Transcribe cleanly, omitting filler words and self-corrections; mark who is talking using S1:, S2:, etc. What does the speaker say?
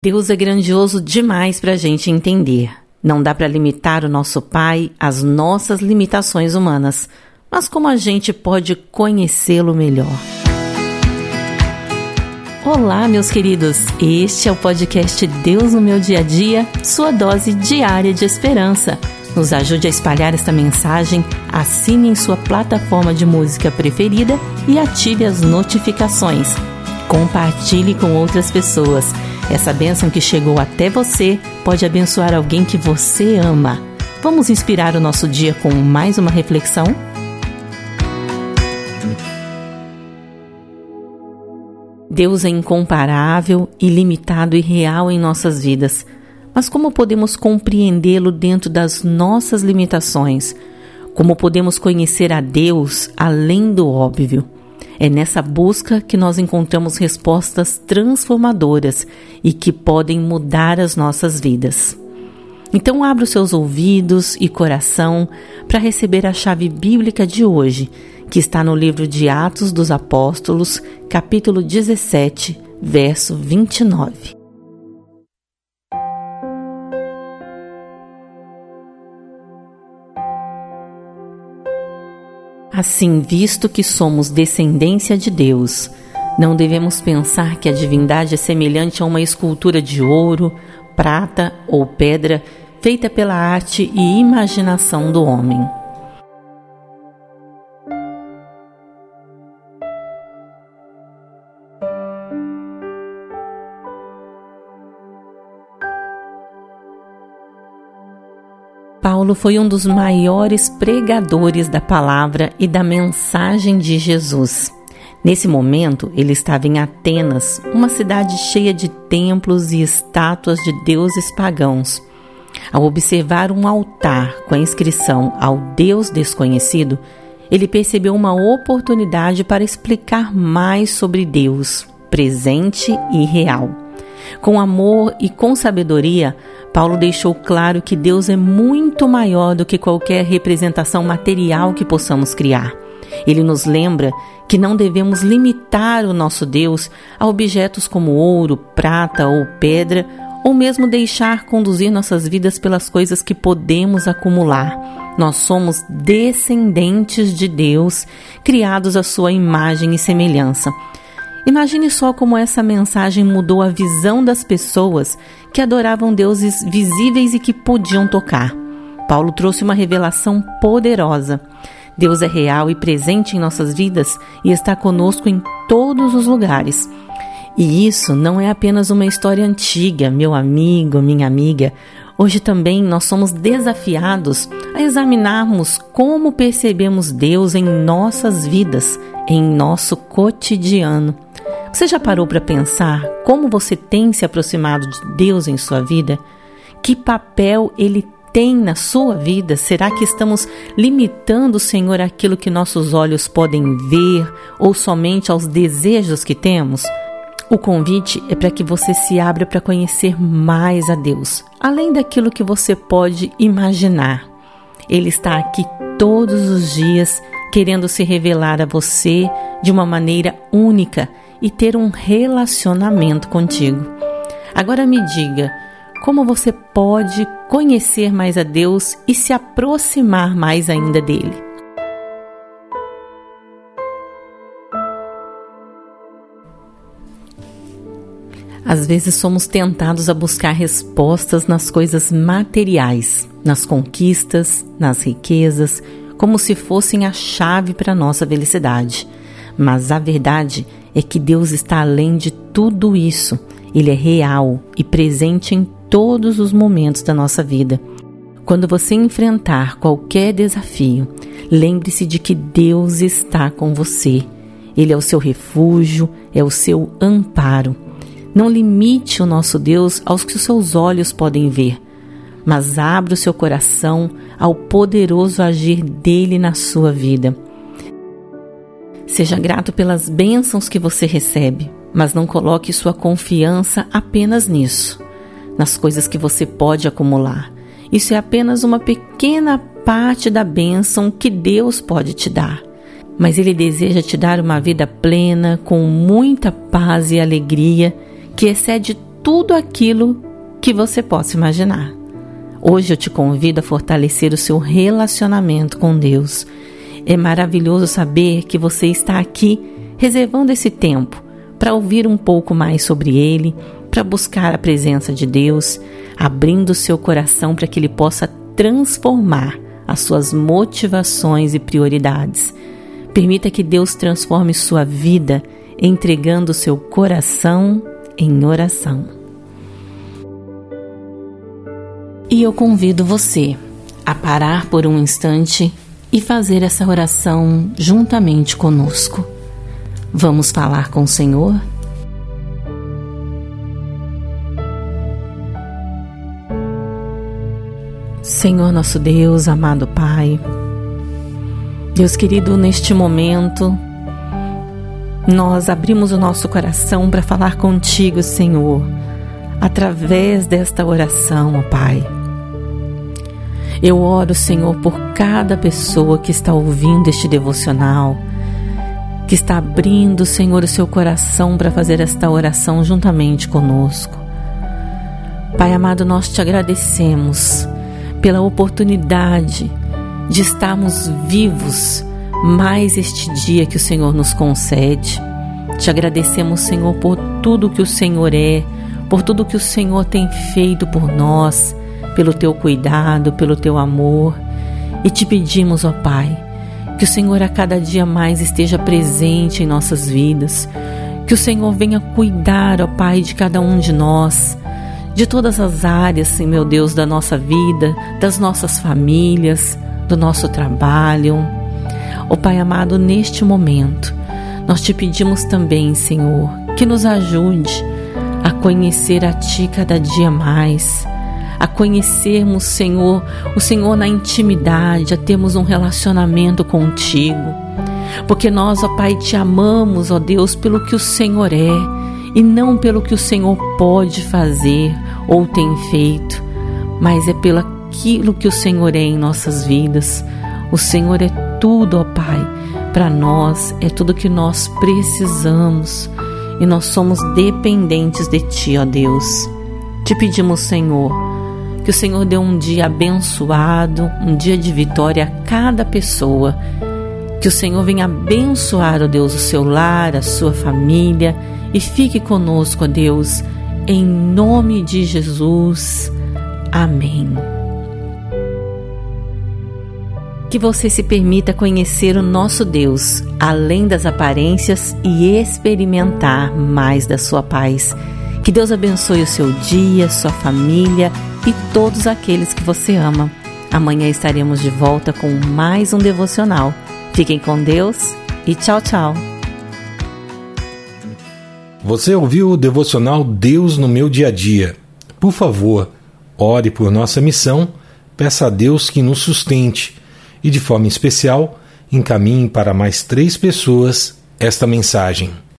S1: Deus é grandioso demais para a gente entender. Não dá para limitar o nosso Pai às nossas limitações humanas. Mas como a gente pode conhecê-lo melhor? Olá, meus queridos. Este é o podcast Deus no Meu Dia a Dia, sua dose diária de esperança. Nos ajude a espalhar esta mensagem, assine em sua plataforma de música preferida e ative as notificações. Compartilhe com outras pessoas. Essa bênção que chegou até você pode abençoar alguém que você ama. Vamos inspirar o nosso dia com mais uma reflexão? Deus é incomparável, ilimitado e real em nossas vidas. Mas como podemos compreendê-lo dentro das nossas limitações? Como podemos conhecer a Deus além do óbvio? É nessa busca que nós encontramos respostas transformadoras e que podem mudar as nossas vidas. Então abra os seus ouvidos e coração para receber a chave bíblica de hoje, que está no livro de Atos dos Apóstolos, capítulo 17, verso 29. Assim, visto que somos descendência de Deus, não devemos pensar que a divindade é semelhante a uma escultura de ouro, prata ou pedra feita pela arte e imaginação do homem. Paulo foi um dos maiores pregadores da palavra e da mensagem de Jesus. Nesse momento, ele estava em Atenas, uma cidade cheia de templos e estátuas de deuses pagãos. Ao observar um altar com a inscrição ao Deus desconhecido, ele percebeu uma oportunidade para explicar mais sobre Deus, presente e real. Com amor e com sabedoria, Paulo deixou claro que Deus é muito maior do que qualquer representação material que possamos criar. Ele nos lembra que não devemos limitar o nosso Deus a objetos como ouro, prata ou pedra, ou mesmo deixar conduzir nossas vidas pelas coisas que podemos acumular. Nós somos descendentes de Deus, criados à sua imagem e semelhança. Imagine só como essa mensagem mudou a visão das pessoas que adoravam deuses visíveis e que podiam tocar. Paulo trouxe uma revelação poderosa. Deus é real e presente em nossas vidas e está conosco em todos os lugares. E isso não é apenas uma história antiga, meu amigo, minha amiga. Hoje também nós somos desafiados a examinarmos como percebemos Deus em nossas vidas, em nosso cotidiano. Você já parou para pensar como você tem se aproximado de Deus em sua vida? Que papel Ele tem na sua vida? Será que estamos limitando o Senhor àquilo que nossos olhos podem ver ou somente aos desejos que temos? O convite é para que você se abra para conhecer mais a Deus, além daquilo que você pode imaginar. Ele está aqui todos os dias querendo se revelar a você de uma maneira única e ter um relacionamento contigo. Agora me diga, como você pode conhecer mais a Deus e se aproximar mais ainda dele? Às vezes somos tentados a buscar respostas nas coisas materiais, nas conquistas, nas riquezas, como se fossem a chave para a nossa felicidade. Mas a verdade é que Deus está além de tudo isso. Ele é real e presente em todos os momentos da nossa vida. Quando você enfrentar qualquer desafio, lembre-se de que Deus está com você. Ele é o seu refúgio, é o seu amparo. Não limite o nosso Deus aos que os seus olhos podem ver, mas abra o seu coração ao poderoso agir dele na sua vida. Seja grato pelas bênçãos que você recebe, mas não coloque sua confiança apenas nisso, nas coisas que você pode acumular. Isso é apenas uma pequena parte da bênção que Deus pode te dar. Mas Ele deseja te dar uma vida plena, com muita paz e alegria, que excede tudo aquilo que você possa imaginar. Hoje eu te convido a fortalecer o seu relacionamento com Deus. É maravilhoso saber que você está aqui reservando esse tempo para ouvir um pouco mais sobre Ele, para buscar a presença de Deus, abrindo seu coração para que Ele possa transformar as suas motivações e prioridades. Permita que Deus transforme sua vida, entregando seu coração em oração. E eu convido você a parar por um instante e fazer essa oração juntamente conosco. Vamos falar com o Senhor? Senhor nosso Deus, amado Pai, Deus querido, neste momento, nós abrimos o nosso coração para falar contigo, Senhor, através desta oração, ó Pai. Eu oro, Senhor, por cada pessoa que está ouvindo este devocional, que está abrindo, Senhor, o seu coração para fazer esta oração juntamente conosco. Pai amado, nós te agradecemos pela oportunidade de estarmos vivos mais este dia que o Senhor nos concede. Te agradecemos, Senhor, por tudo que o Senhor é, por tudo que o Senhor tem feito por nós, pelo teu cuidado, pelo teu amor. E te pedimos, ó Pai, que o Senhor a cada dia mais esteja presente em nossas vidas, que o Senhor venha cuidar, ó Pai, de cada um de nós, de todas as áreas, Senhor, meu Deus, da nossa vida, das nossas famílias, do nosso trabalho. Ó Pai amado, neste momento, nós te pedimos também, Senhor, que nos ajude a conhecer a Ti cada dia mais, a conhecermos, Senhor, o Senhor na intimidade, a termos um relacionamento contigo. Porque nós, ó Pai, te amamos, ó Deus, pelo que o Senhor é e não pelo que o Senhor pode fazer ou tem feito, mas é pelo aquilo que o Senhor é em nossas vidas. O Senhor é tudo, ó Pai, para nós, é tudo que nós precisamos e nós somos dependentes de Ti, ó Deus. Te pedimos, Senhor, que o Senhor dê um dia abençoado, um dia de vitória a cada pessoa. Que o Senhor venha abençoar, ó Deus, o seu lar, a sua família, e fique conosco, ó Deus, em nome de Jesus. Amém. Que você se permita conhecer o nosso Deus, além das aparências, e experimentar mais da sua paz. Que Deus abençoe o seu dia, sua família e todos aqueles que você ama. Amanhã estaremos de volta com mais um devocional. Fiquem com Deus e tchau, tchau.
S2: Você ouviu o devocional Deus no Meu Dia a Dia. Por favor, ore por nossa missão, peça a Deus que nos sustente e, de forma especial, encaminhe para mais 3 pessoas esta mensagem.